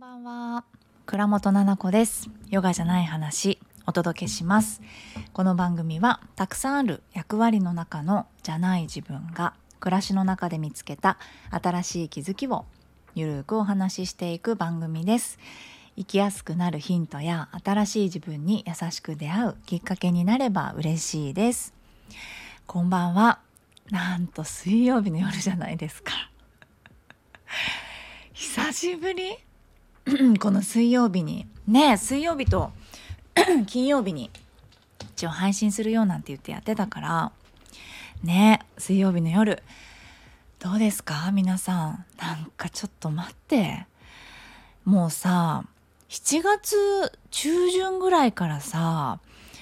ばんは、倉本々子です。ヨガじゃない話お届けします。この番組はたくさんある役割の中のじゃない自分が暮らしの中で見つけた新しい気づきをゆるくお話ししていく番組です。生きやすくなるヒントや新しい自分に優しく出会うきっかけになれば嬉しいです。こんばんは。なんと水曜日の夜じゃないですか。久しぶりこの水曜日にね、水曜日と金曜日に一応配信するよなんて言ってやってたからね。水曜日の夜どうですか皆さん。なんかちょっと待って、もうさ7月中旬ぐらいからさ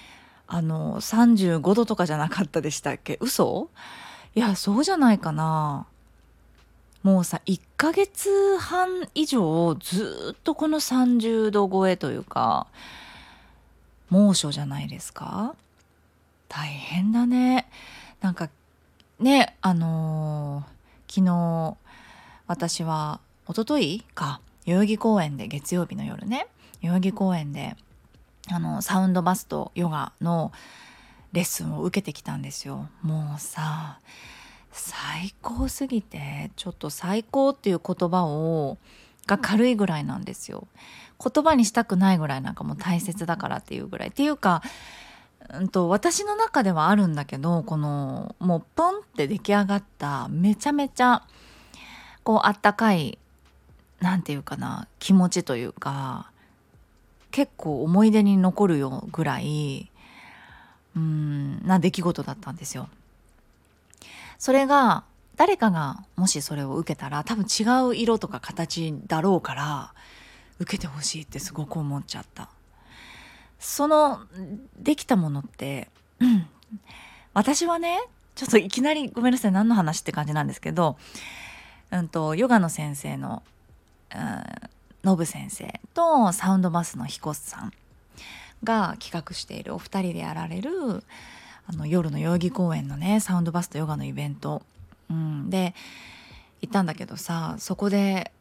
35度とかじゃなかったでしたっけ？嘘？いやそうじゃないかな。もうさ1ヶ月半以上ずっとこの30度超えというか猛暑じゃないですか。大変だね。なんかね、昨日私は一昨日か代々木公園で、月曜日の夜ね、代々木公園でサウンドバスとヨガのレッスンを受けてきたんですよ。もうさ最高すぎて、ちょっと最高っていう言葉が軽いぐらいなんですよ。言葉にしたくないぐらい、なんかもう大切だからっていうぐらいっていうか、私の中ではあるんだけど、このもうポンって出来上がっためちゃめちゃこうあったかい、なんていうかな、気持ちというか、結構思い出に残るよぐらいな出来事だったんですよ。それが誰かがもしそれを受けたら多分違う色とか形だろうから受けてほしいってすごく思っちゃった。そのできたものって、私はね、ちょっといきなりごめんなさい、何の話って感じなんですけど、ヨガの先生のノブ先生とサウンドバスの彦さんが企画しているお二人でやられる夜の代々木公園のねサウンドバスとヨガのイベント、で行ったんだけどさ、そこで、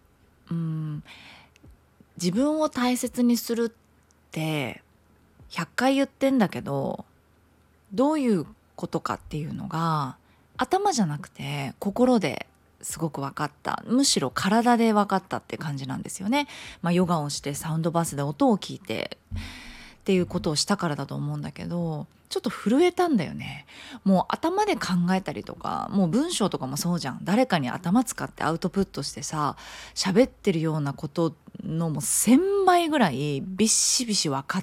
自分を大切にするって100回言ってんだけど、どういうことかっていうのが頭じゃなくて心ですごく分かった。むしろ体で分かったって感じなんですよね。ヨガをしてサウンドバスで音を聞いてっていうことをしたからだと思うんだけど、ちょっと震えたんだよね。もう頭で考えたりとか、もう文章とかもそうじゃん。誰かに頭使ってアウトプットしてさ喋ってるようなことのもう1000倍ぐらいビッシビシ分かって、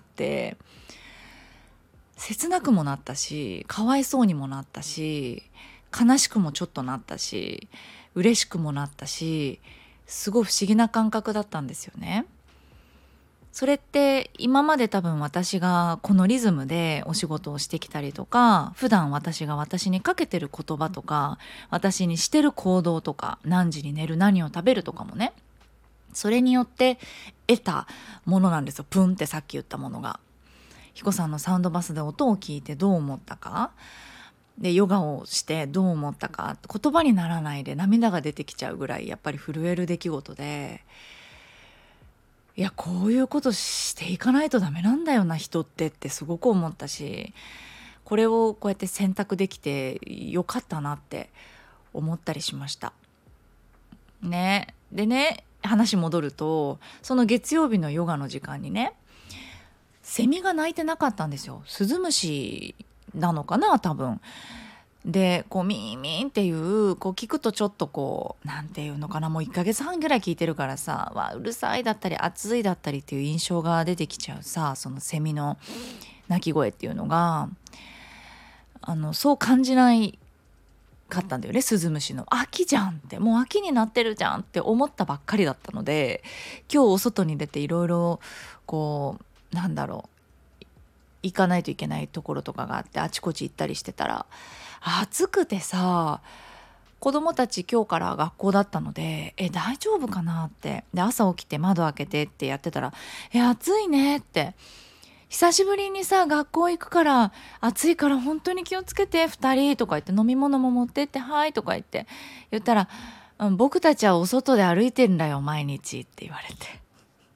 切なくもなったし、かわいそうにもなったし、悲しくもちょっとなったし、嬉しくもなったし、すごい不思議な感覚だったんですよね。それって今まで多分私がこのリズムでお仕事をしてきたりとか、普段私が私にかけてる言葉とか、私にしてる行動とか、何時に寝る、何を食べるとかもね、それによって得たものなんですよ。プンってさっき言ったものが。彦さんのサウンドバスで音を聞いてどう思ったか、でヨガをしてどう思ったか、言葉にならないで涙が出てきちゃうぐらいやっぱり震える出来事で、いやこういうことしていかないとダメなんだよな人ってすごく思ったし、これをこうやって選択できてよかったなって思ったりしましたね。でね、話戻ると、その月曜日のヨガの時間にね、セミが鳴いてなかったんですよ。スズムシなのかな多分。でこうミーミーっていうこう聞くとちょっとこうなんていうのかな、もう1ヶ月半ぐらい聞いてるからさ、うるさいだったり暑いだったりっていう印象が出てきちゃうさ、そのセミの鳴き声っていうのがそう感じないかったんだよね。スズムシの秋じゃんって、もう秋になってるじゃんって思ったばっかりだったので、今日お外に出ていろいろこうなんだろう、行かないといけないところとかがあってあちこち行ったりしてたら、暑くてさ、子供たち今日から学校だったので大丈夫かなって、で朝起きて窓開けてってやってたら暑いねって、久しぶりにさ学校行くから暑いから本当に気をつけて2人とか言って、飲み物も持ってってはいとか言ったら、僕たちはお外で歩いてんだよ毎日って言われて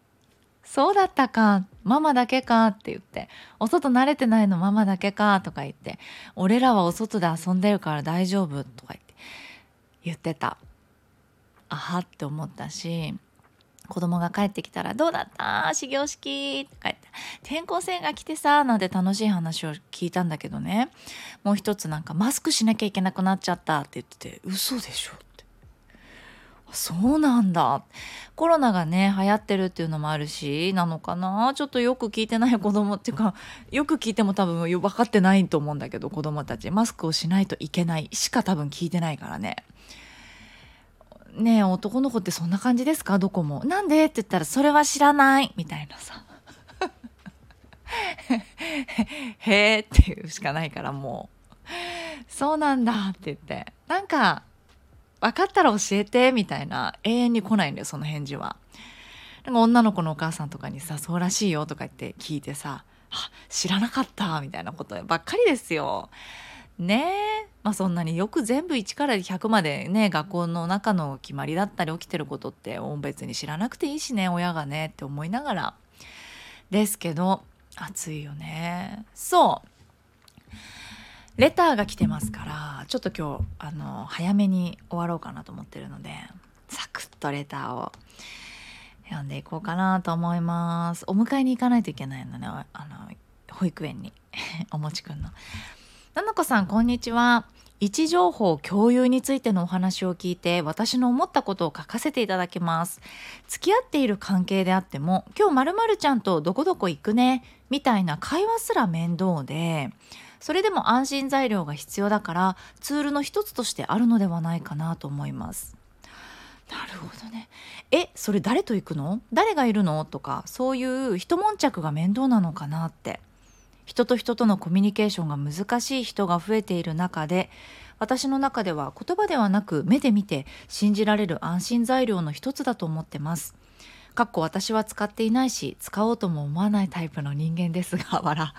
そうだったか、ママだけかって言って、お外慣れてないのママだけかとか言って、俺らはお外で遊んでるから大丈夫とか言ってた。あはって思ったし、子供が帰ってきたら「どうだった始業式」とか言って「転校生が来てさ」なんて楽しい話を聞いたんだけどね、もう一つなんかマスクしなきゃいけなくなっちゃったって言ってて、嘘でしょって。そうなんだ。コロナがね流行ってるっていうのもあるしなのかな、ちょっとよく聞いてない子供っていうか、よく聞いても多分分かってないと思うんだけど、子供たちマスクをしないといけないしか多分聞いてないからね。ねえ、男の子ってそんな感じですか？どこも。なんでって言ったら、それは知らないみたいなさ。へえっていうしかないから、もうそうなんだって言って、なんか分かったら教えてみたいな、永遠に来ないんだよその返事は。なんか女の子のお母さんとかにさ、そうらしいよとか言って聞いてさ、あ、知らなかったみたいなことばっかりですよ。ねえ、まあそんなによく全部1から100までね、学校の中の決まりだったり起きてることって別に知らなくていいしね、親がねって思いながらですけど、暑いよね。そう、レターが来てますから、ちょっと今日早めに終わろうかなと思ってるので、サクッとレターを読んでいこうかなと思います。お迎えに行かないといけないのね、保育園におもちくんの。ななこさん、こんにちは。位置情報共有についてのお話を聞いて、私の思ったことを書かせていただきます。付き合っている関係であっても、今日〇〇ちゃんとどこどこ行くねみたいな会話すら面倒で、それでも安心材料が必要だからツールの一つとしてあるのではないかなと思います。なるほどね。それ誰と行くの？誰がいるの？とか、そういう一悶着が面倒なのかなって。人と人とのコミュニケーションが難しい人が増えている中で、私の中では言葉ではなく目で見て信じられる安心材料の一つだと思ってます。かっこ私は使っていないし使おうとも思わないタイプの人間ですが、笑。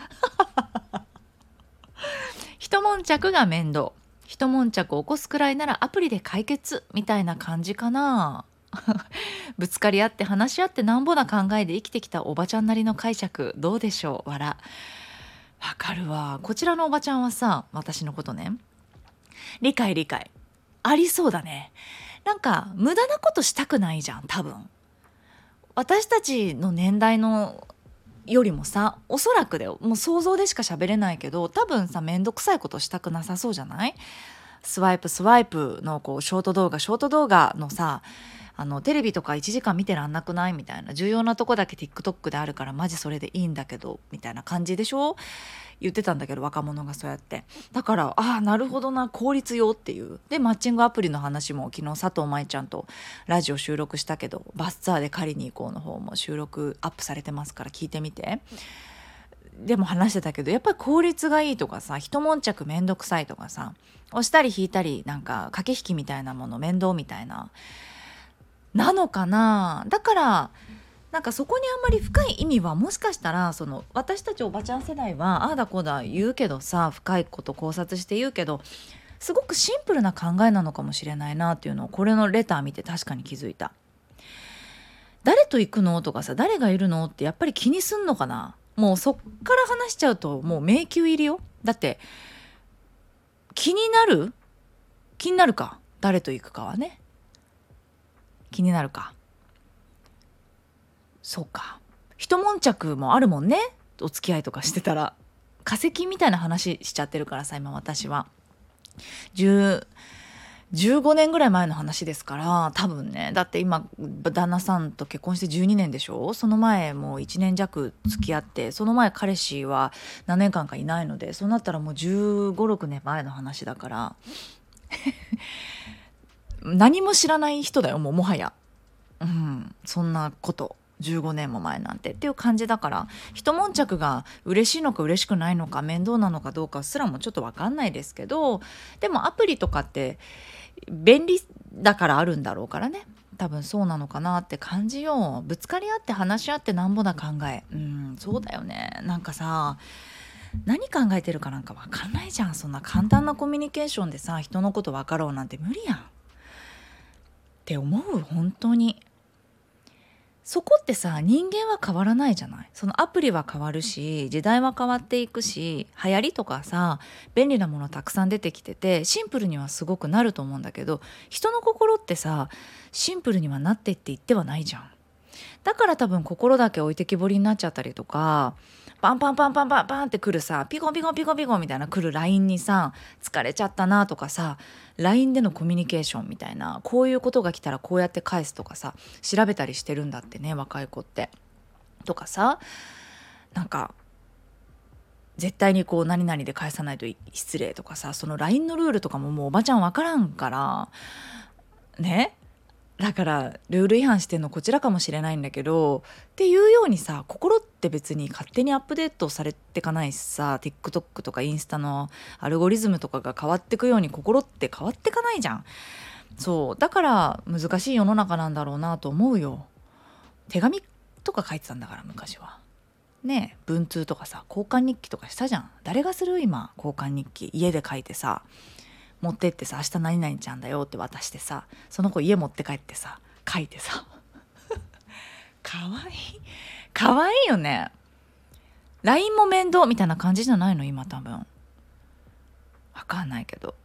一悶着が面倒、一悶着を起こすくらいならアプリで解決みたいな感じかな。ぶつかり合って話し合ってなんぼな考えで生きてきたおばちゃんなりの解釈、どうでしょう。笑。わかるわ。こちらのおばちゃんはさ、私のことね、理解ありそうだね。なんか無駄なことしたくないじゃん、多分。私たちの年代のよりもさ、おそらくだよ、もう想像でしか喋れないけど、多分さ、めんどくさいことしたくなさそうじゃない？スワイプのこうショート動画のさ、テレビとか1時間見てらんなくないみたいな、重要なとこだけ TikTok であるからマジそれでいいんだけどみたいな感じでしょ？言ってたんだけど、若者がそうやって。だから、ああなるほどな、効率よっていう。でマッチングアプリの話も昨日佐藤舞ちゃんとラジオ収録したけど、バスツアーで狩りに行こうの方も収録アップされてますから聞いてみて。でも話してたけど、やっぱり効率がいいとかさ、一悶着めんどくさいとかさ、押したり引いたりなんか駆け引きみたいなもの面倒みたいななのかな。だからなんかそこにあんまり深い意味は、もしかしたらその私たちおばちゃん世代はああだこうだ言うけどさ、深いこと考察して言うけど、すごくシンプルな考えなのかもしれないなっていうのをこれのレター見て確かに気づいた。誰と行くのとかさ、誰がいるのってやっぱり気にすんのかな。もうそっから話しちゃうともう迷宮入りよ。だって気になるか、誰と行くかはね、気になるか。そうか、一悶着もあるもんね、お付き合いとかしてたら。化石みたいな話しちゃってるからさ、今私は15年ぐらい前の話ですから、多分ね。だって今旦那さんと結婚して12年でしょ。その前もう1年弱付き合って、その前彼氏は何年間かいないので、そうなったらもう15、6年前の話だから何も知らない人だよ、もはや。そんなこと15年も前なんてっていう感じだから、一悶着が嬉しいのか嬉しくないのか、面倒なのかどうかすらもちょっと分かんないですけど、でもアプリとかって便利だからあるんだろうからね、多分そうなのかなって感じよ。ぶつかり合って話し合ってなんぼな考え、そうだよね。なんかさ、何考えてるかなんか分かんないじゃん。そんな簡単なコミュニケーションでさ、人のこと分かろうなんて無理やんって思う。本当にそこってさ、人間は変わらないじゃない。そのアプリは変わるし、時代は変わっていくし、流行りとかさ、便利なものたくさん出てきてて、シンプルにはすごくなると思うんだけど、人の心ってさ、シンプルにはなっていっていってはないじゃん。だから多分心だけ置いてきぼりになっちゃったりとか、パンパンパンパンパンパンって来るさ、ピコンピコンピコンピコンみたいな来る LINE にさ、疲れちゃったなとかさ、 LINE でのコミュニケーションみたいな、こういうことが来たらこうやって返すとかさ、調べたりしてるんだってね、若い子ってとかさ、なんか絶対にこう何々で返さないと失礼とかさ、その LINE のルールとかももうおばちゃんわからんからね。だからルール違反してんのこちらかもしれないんだけど、っていうようにさ、心って別に勝手にアップデートされてかないしさ、 TikTok とかインスタのアルゴリズムとかが変わってくように心って変わってかないじゃん。そうだから難しい世の中なんだろうなと思うよ。手紙とか書いてたんだから昔はね。文通とかさ、交換日記とかしたじゃん。誰がする今、交換日記家で書いてさ、持ってってさ、明日何々ちゃんだよって渡してさ、その子家持って帰ってさ、書いてさかわいい、かわいいよね。 LINE も面倒みたいな感じじゃないの今多分。わかんないけど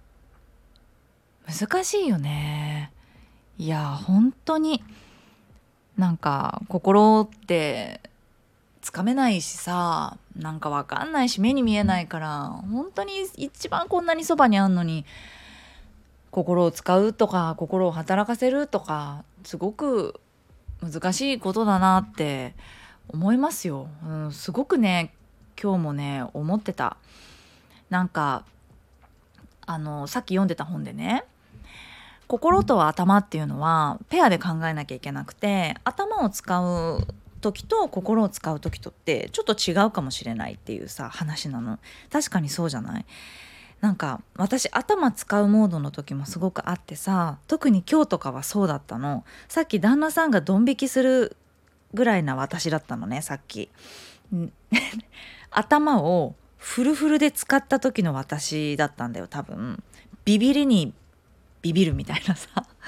難しいよね。いや本当になんか心ってつかめないしさ、なんかわかんないし目に見えないから、本当に一番こんなにそばにあんのに、心を使うとか心を働かせるとかすごく難しいことだなって思いますよ、すごくね。今日もね思ってた。なんかさっき読んでた本でね、心と頭っていうのはペアで考えなきゃいけなくて、頭を使う時と心を使う時とってちょっと違うかもしれないっていうさ話なの。確かにそうじゃない。なんか私頭使うモードの時もすごくあってさ、特に今日とかはそうだったの。さっき旦那さんがドン引きするぐらいな私だったのね、さっき頭をフルフルで使った時の私だったんだよ多分。ビビりにビビるみたいなさ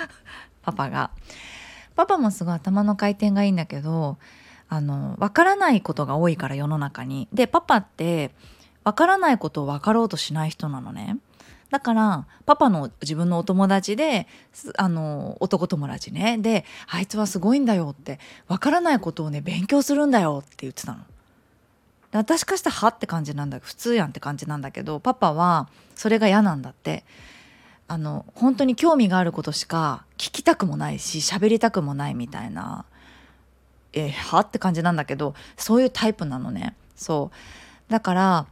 パパもすごい頭の回転がいいんだけど、わからないことが多いから世の中に。でパパってわからないことを分かろうとしない人なのね。だからパパの自分のお友達で男友達ね、であいつはすごいんだよって、わからないことをね勉強するんだよって言ってたの。で私からしたらはって感じなんだ、普通やんって感じなんだけど、パパはそれが嫌なんだって。本当に興味があることしか聞きたくもないし喋りたくもないみたいな、はって感じなんだけど、そういうタイプなのね。そうだから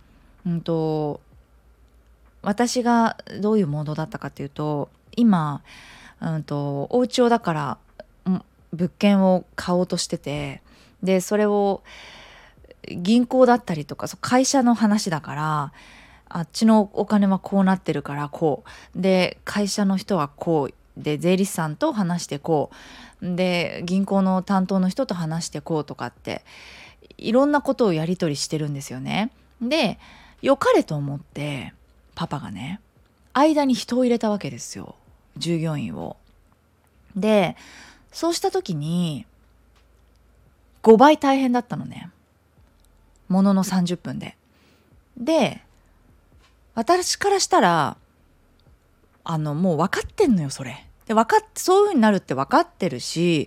私がどういうモードだったかっていうと、今お家をだから物件を買おうとしてて、でそれを銀行だったりとか会社の話だから、あっちのお金はこうなってるからこうで、会社の人はこうで、税理士さんと話してこうで、銀行の担当の人と話してこうとかって、いろんなことをやり取りしてるんですよね。で良かれと思ってパパがね間に人を入れたわけですよ、従業員を。でそうした時に5倍大変だったのね、ものの30分で。で私からしたらもう分かってんのよそれで。そういう風になるって分かってるし、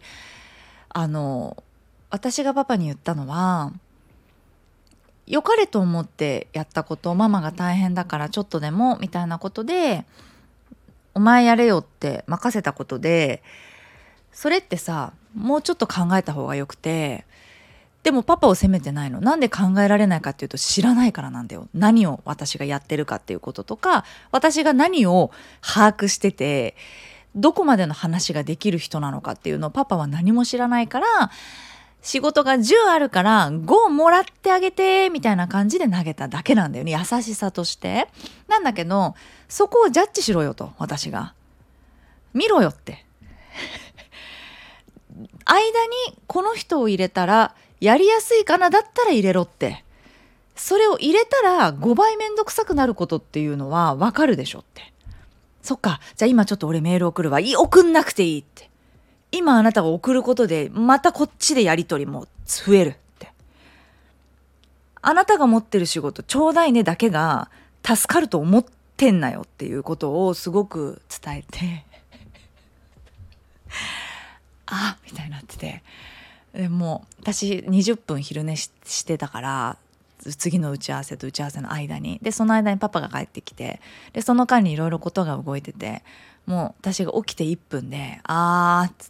私がパパに言ったのは、良かれと思ってやったこと、ママが大変だからちょっとでもみたいなことでお前やれよって任せたことで、それってさもうちょっと考えた方がよくて。でもパパを責めてないの。なんで考えられないかっていうと、知らないからなんだよ。何を私がやってるかっていうこととか、私が何を把握しててどこまでの話ができる人なのかっていうのをパパは何も知らないから、仕事が10あるから5もらってあげてみたいな感じで投げただけなんだよね、優しさとして。なんだけどそこをジャッジしろよと、私が見ろよって間にこの人を入れたらやりやすいかな、だったら入れろって。それを入れたら5倍めんどくさくなることっていうのはわかるでしょって。そっか、じゃあ今ちょっと俺メール送るわ。送んなくていいって。 今あなたが送ることでまたこっちでやり取りも増えるって。あなたが持ってる仕事ちょうだいねだけが助かると思ってんなよっていうことをすごく伝えてあみたいになってて、でもう私20分昼寝してたから、次の打ち合わせと打ち合わせの間に、でその間にパパが帰ってきて、でその間にいろいろことが動いてて、もう私が起きて1分でっつって、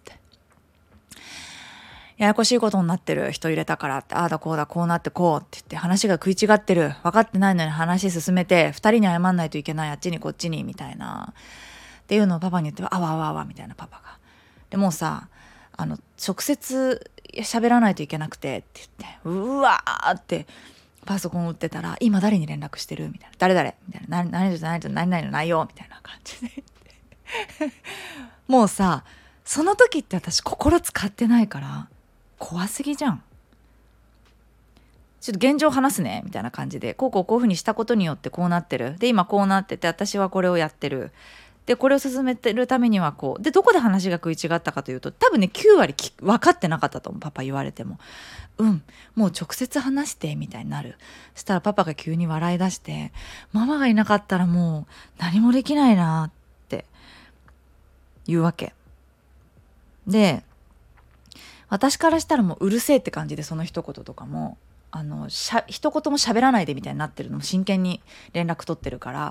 ややこしいことになってる、人入れたからって、ああだこうだこうなってこうって言って、話が食い違ってる、分かってないのに話進めて2人に謝んないといけない、あっちにこっちにみたいなっていうのをパパに言って、あわあわあわみたいな、パパがでもうさ、直接喋らないといけなくてって言って、うわーってパソコンを打ってたら、今誰に連絡してるみたいな、誰々みたいな、何々の内容みたいな感じでもうさ、その時って私心使ってないから怖すぎじゃん。ちょっと現状話すねみたいな感じで、こういうふうにしたことによってこうなってる、で今こうなってて、私はこれをやってる、でこれを進めてるためにはこうで、どこで話が食い違ったかというと、多分ね9割分かってなかったと思う。パパ言われてももう直接話してみたいになる。そしたらパパが急に笑い出して、ママがいなかったらもう何もできないなって言うわけで、私からしたらもううるせえって感じで、その一言とかも一言も喋らないでみたいになってるのも真剣に連絡取ってるから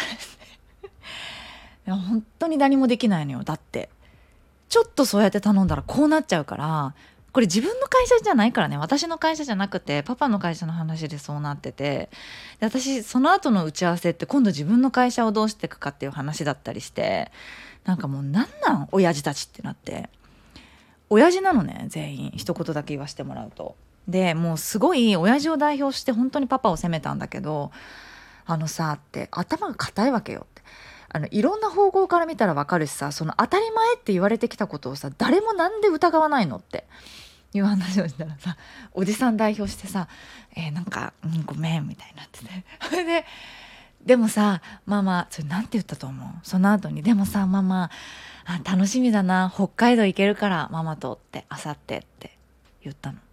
いや本当に何もできないのよ。だってちょっとそうやって頼んだらこうなっちゃうから、これ自分の会社じゃないからね、私の会社じゃなくてパパの会社の話でそうなってて、で私その後の打ち合わせって今度自分の会社をどうしていくかっていう話だったりして、なんかもうなん親父たちってなって、親父なのね全員、一言だけ言わせてもらうと。でもうすごい親父を代表して本当にパパを責めたんだけど、って頭が固いわけよって、いろんな方向から見たらわかるしさ、その当たり前って言われてきたことをさ、誰もなんで疑わないのっていう話をしたらさ、おじさん代表してさ、ごめんみたいになっててでもさママ、それなんて言ったと思う？その後に、でもさママ、楽しみだな、北海道行けるからママとって、あさってって言ったの。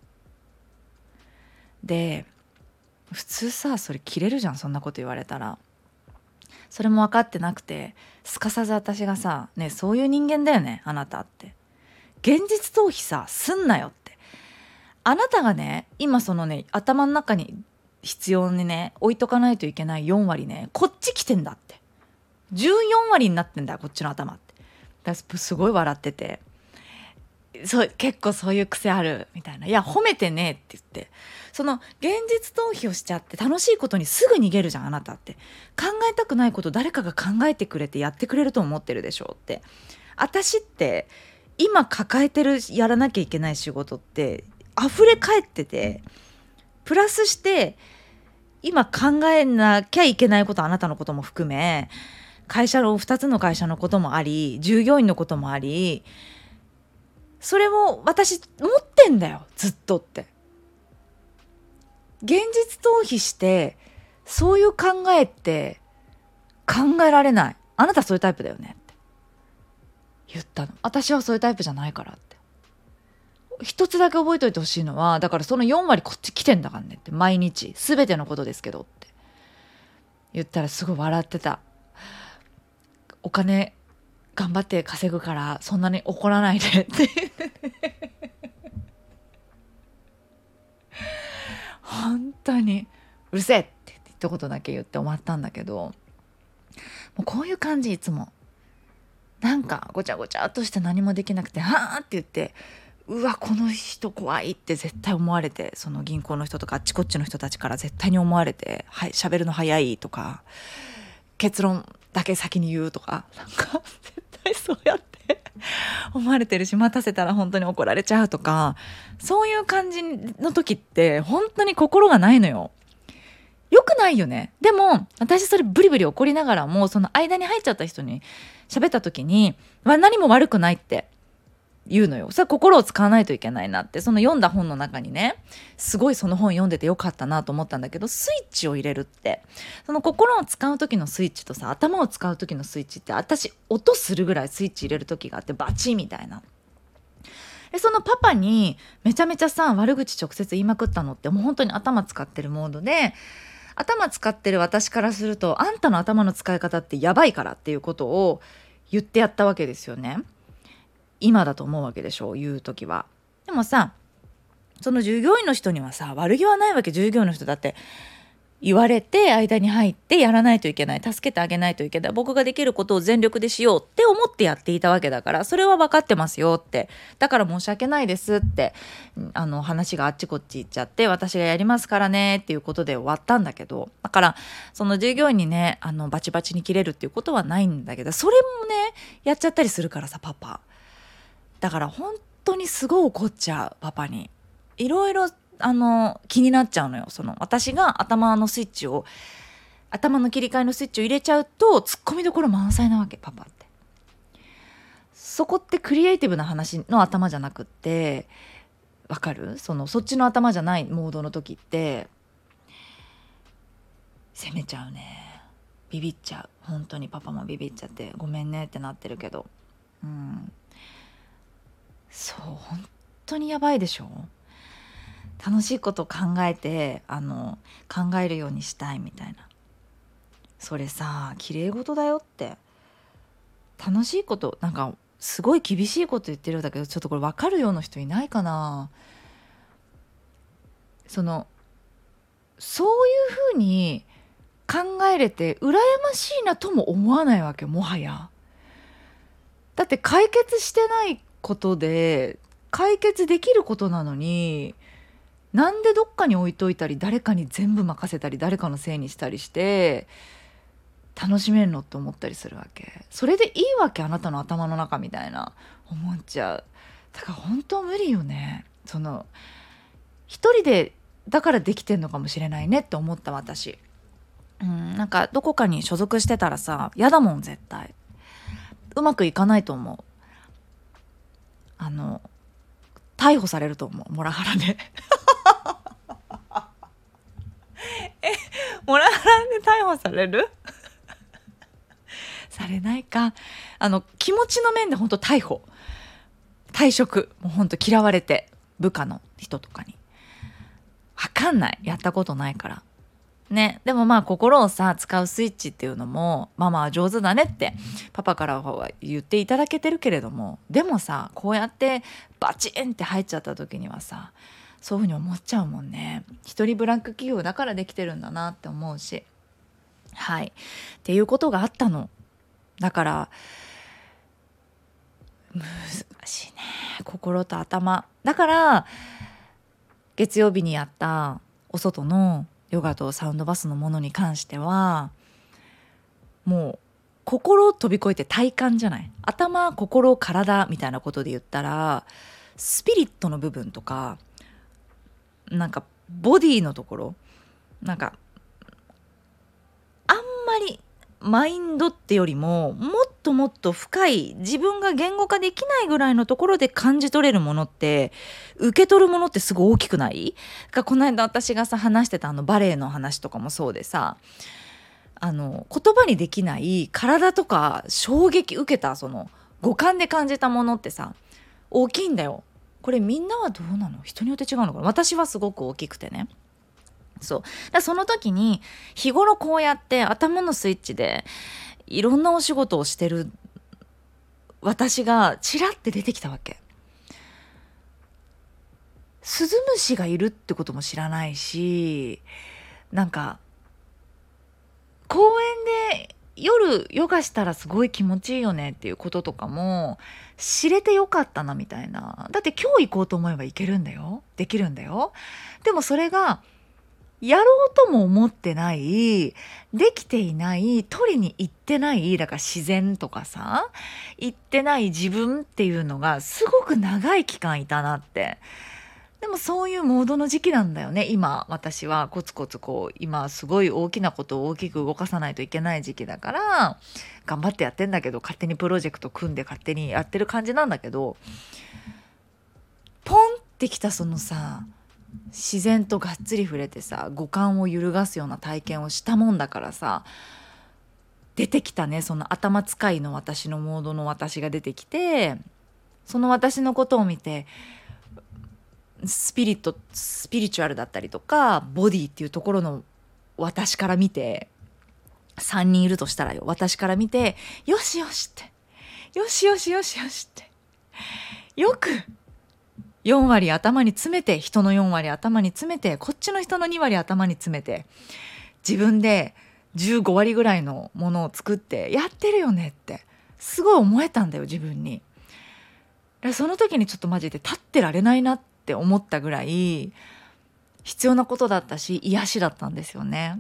で普通さそれ切れるじゃん、そんなこと言われたら。それも分かってなくて、すかさず私がさ、ね、そういう人間だよねあなたって、現実逃避さすんなよって、あなたがね今そのね頭の中に必要にね置いとかないといけない4割ね、こっち来てんだって、14割になってんだよこっちの頭って。私すごい笑ってて、結構そういう癖あるみたいな、いや褒めてねって言って、その現実逃避をしちゃって楽しいことにすぐ逃げるじゃんあなたって、考えたくないこと誰かが考えてくれてやってくれると思ってるでしょって。私って今抱えてるやらなきゃいけない仕事って溢れ返ってて、プラスして今考えなきゃいけないこと、あなたのことも含め2つの会社のこともあり、従業員のこともあり、それも私持ってんだよずっとって。現実逃避してそういう考えって考えられない、あなたそういうタイプだよねって言ったの。私はそういうタイプじゃないからって。一つだけ覚えておいてほしいのは、だからその4割こっち来てんだからねって、毎日全てのことですけどって言ったらすごい笑ってた。お金頑張って稼ぐからそんなに怒らないでって本当にうるせえって一言だけ言って終わったんだけど、もうこういう感じ、いつもなんかごちゃごちゃっとして何もできなくて、はーって言って、うわこの人怖いって絶対思われて、その銀行の人とかあっちこっちの人たちから絶対に思われて、はい喋るの早いとか結論だけ先に言うとか、なんか絶対そうやって思われてるし、待たせたら本当に怒られちゃうとか、そういう感じの時って本当に心がないのよ。よくないよね。でも私それブリブリ怒りながらも、その間に入っちゃった人に喋った時に、何も悪くないって言うのよ。それは心を使わないといけないなって、その読んだ本の中にね、すごいその本読んでてよかったなと思ったんだけど、スイッチを入れるって、その心を使う時のスイッチとさ、頭を使う時のスイッチって、私音するぐらいスイッチ入れる時があって、バチみたいな。 でそのパパにめちゃめちゃさ悪口直接言いまくったのってもう本当に頭使ってるモードで、頭使ってる私からするとあんたの頭の使い方ってやばいからっていうことを言ってやったわけですよね。今だと思うわけでしょ、言う時は。でもさ、その従業員の人にはさ悪気はないわけ。従業員の人だって言われて間に入ってやらないといけない、助けてあげないといけない、僕ができることを全力でしようって思ってやっていたわけだから、それは分かってますよって、だから申し訳ないですって話があっちこっち行っちゃって、私がやりますからねっていうことで終わったんだけど、だからその従業員にねバチバチに切れるっていうことはないんだけど、それもねやっちゃったりするからさパパ。だから本当にすごい怒っちゃうパパに。いろいろ気になっちゃうのよ。その私が頭の切り替えのスイッチを入れちゃうとツッコミどころ満載なわけパパって。そこってクリエイティブな話の頭じゃなくって、わかる？そっちの頭じゃないモードの時って責めちゃうね。ビビっちゃう。本当にパパもビビっちゃってごめんねってなってるけど、そう本当にやばいでしょ。楽しいことを考えて考えるようにしたいみたいな。それさ綺麗事だよって。楽しいこと、なんかすごい厳しいこと言ってるんだけど、ちょっとこれ分かるような人いないかな。そういうふうに考えれて羨ましいなとも思わないわけ、もはや。だって解決してないことで解決できることなのに、なんでどっかに置いといたり誰かに全部任せたり誰かのせいにしたりして楽しめんのって思ったりするわけ。それでいいわけ、あなたの頭の中みたいな思っちゃう。だから本当無理よね。一人でだからできてんのかもしれないねって思った私。なんかどこかに所属してたらさ嫌だもん、絶対うまくいかないと思う。逮捕されると思う、モラハラでモラハラで逮捕されるされないか。気持ちの面で本当退職、もう本当嫌われて、部下の人とかに。わかんない、やったことないからね。でもまあ心をさ使うスイッチっていうのもママは上手だねってパパからは言っていただけてるけれども、でもさこうやってバチンって入っちゃった時にはさそういうふうに思っちゃうもんね。一人ブラック企業だからできてるんだなって思うし、はいっていうことがあったの。だから難しいね、心と頭。だから月曜日にやったお外のヨガとサウンドバスのものに関してはもう心を飛び越えて体感じゃない。頭心体みたいなことで言ったらスピリットの部分とかなんかボディのところ、なんかあんまりマインドってよりももっともっと深い自分が言語化できないぐらいのところで感じ取れるものって、受け取るものってすごい大きくない？この間私がさ話してたバレエの話とかもそうでさ、言葉にできない体とか衝撃受けた五感で感じたものってさ大きいんだよ。これみんなはどうなの？人によって違うのかな。私はすごく大きくてね。その時に日頃こうやって頭のスイッチでいろんなお仕事をしてる私がチラって出てきたわけ。スズムシがいるってことも知らないし、なんか公園で夜ヨガしたらすごい気持ちいいよねっていうこととかも知れてよかったなみたいな。だって今日行こうと思えば行けるんだよ、できるんだよ。でもそれがやろうとも思ってない、できていない、取りに行ってない、だから自然とかさ行ってない自分っていうのがすごく長い期間いたなって。でもそういうモードの時期なんだよね今。私はコツコツ今すごい大きなことを大きく動かさないといけない時期だから頑張ってやってんだけど、勝手にプロジェクト組んで勝手にやってる感じなんだけど、ポンってきた自然とがっつり触れてさ五感を揺るがすような体験をしたもんだからさ、出てきたね、頭使いの私のモードの私が出てきて、 その私のことを見てスピリチュアルだったりとかボディっていうところの私から見て、3人いるとしたらよ、私から見てよしよしって、よしよしよしよしって、よく4割頭に詰めて、人の4割頭に詰めて、こっちの人の2割頭に詰めて、自分で15割ぐらいのものを作ってやってるよねってすごい思えたんだよ、自分に。その時にちょっとマジで立ってられないなって思ったぐらい必要なことだったし、癒しだったんですよね。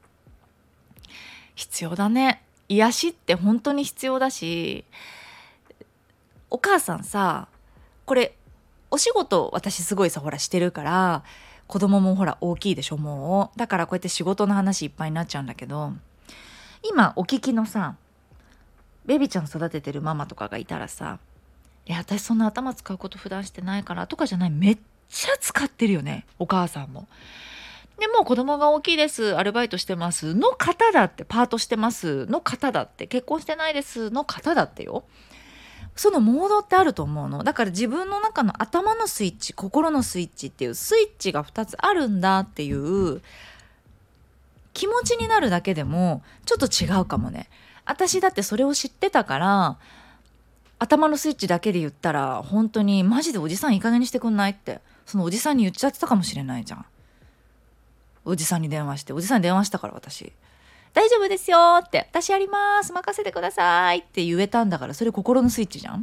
必要だね。癒しって本当に必要だし、お母さんさ、これお仕事私すごいさ、ほらしてるから、子供もほら大きいでしょ、もう。だからこうやって仕事の話いっぱいになっちゃうんだけど、今お聞きのさ、ベビーちゃん育ててるママとかがいたらさ、いや私そんな頭使うこと普段してないからとかじゃない、めっちゃ使ってるよね、お母さんも。でもう子供が大きいです、アルバイトしてますの方だって、パートしてますの方だって、結婚してないですの方だってよ、そのモードってあると思うの。だから自分の中の頭のスイッチ、心のスイッチっていうスイッチが2つあるんだっていう気持ちになるだけでもちょっと違うかもね。私だってそれを知ってたから、頭のスイッチだけで言ったら本当にマジでおじさんいい加減にしてくんないって、そのおじさんに言っちゃってたかもしれないじゃん。おじさんに電話して、おじさんに電話したから、私大丈夫ですよって、私やります任せてくださいって言えたんだから、それ心のスイッチじゃん。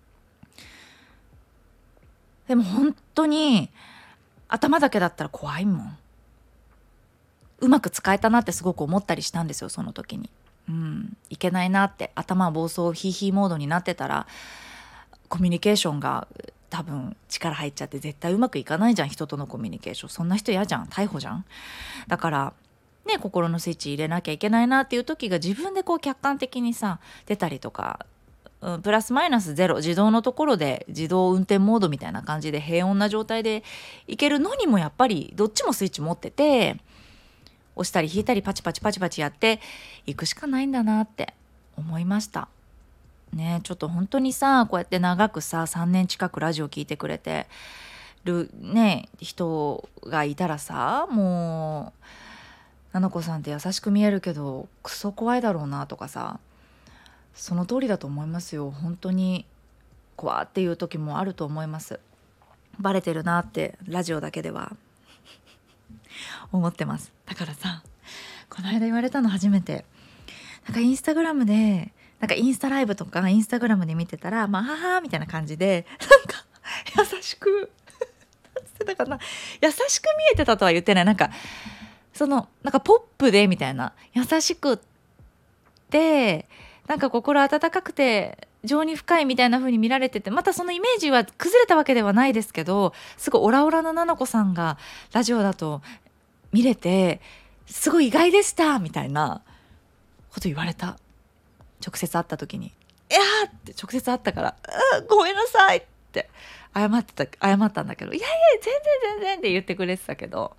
でも本当に頭だけだったら怖いもん。うまく使えたなってすごく思ったりしたんですよ、その時に。いけないなって、頭暴走ヒーヒーモードになってたらコミュニケーションが多分力入っちゃって絶対うまくいかないじゃん、人とのコミュニケーション。そんな人嫌じゃん、逮捕じゃん。だからね、心のスイッチ入れなきゃいけないなっていう時が自分でこう客観的にさ出たりとか、プラスマイナスゼロ、自動のところで自動運転モードみたいな感じで平穏な状態でいけるのにも、やっぱりどっちもスイッチ持ってて、押したり引いたりパチパチパチパチやっていくしかないんだなって思いましたね。ちょっと本当にさ、こうやって長くさ3年近くラジオ聞いてくれてるね人がいたらさ、もうななこさんって優しく見えるけどクソ怖いだろうなとかさ、その通りだと思いますよ。本当に怖っていう時もあると思います。バレてるなってラジオだけでは思ってます。だからさ、この間言われたの初めて。なんかインスタグラムで、なんかインスタライブとかインスタグラムで見てたら、まあははみたいな感じで、なんか優しくだからな、優しく見えてたとは言ってない。なんかそのなんかポップでみたいな、優しくってなんか心温かくて情に深いみたいな風に見られてて、またそのイメージは崩れたわけではないですけど、すごいオラオラなななこさんがラジオだと見れてすごい意外でしたみたいなこと言われた。直接会った時に、いやーって直接会ったから、ごめんなさいって謝ったんだけど、いやいや全然って言ってくれてたけど、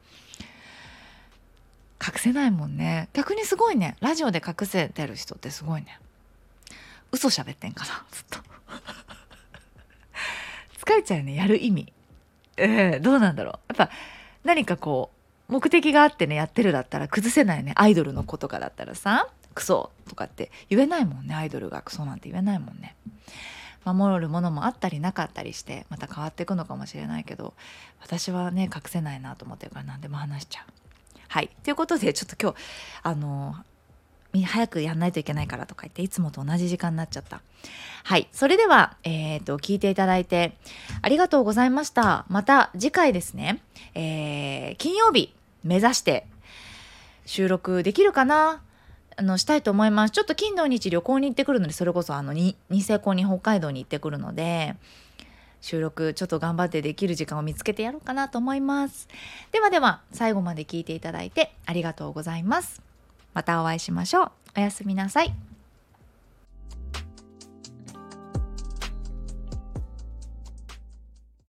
隠せないもんね。逆にすごいね、ラジオで隠せてる人ってすごいね。嘘喋ってんかな、ずっと疲れちゃうね、やる意味。どうなんだろう。やっぱ何かこう目的があってねやってるだったら崩せないね。アイドルの子とかだったらさ、クソとかって言えないもんね。アイドルがクソなんて言えないもんね。守るものもあったりなかったりしてまた変わっていくのかもしれないけど、私はね隠せないなと思ってるから何でも話しちゃう。はい、ということでちょっと今日早くやんないといけないからとか言っていつもと同じ時間になっちゃった。はい、それでは、聞いていただいてありがとうございました。また次回ですね、金曜日目指して収録できるかな、したいと思います。ちょっと金土日旅行に行ってくるので、それこそニセコに北海道に行ってくるので、収録ちょっと頑張ってできる時間を見つけてやろうかなと思います。では最後まで聞いていただいてありがとうございます。またお会いしましょう。おやすみなさい。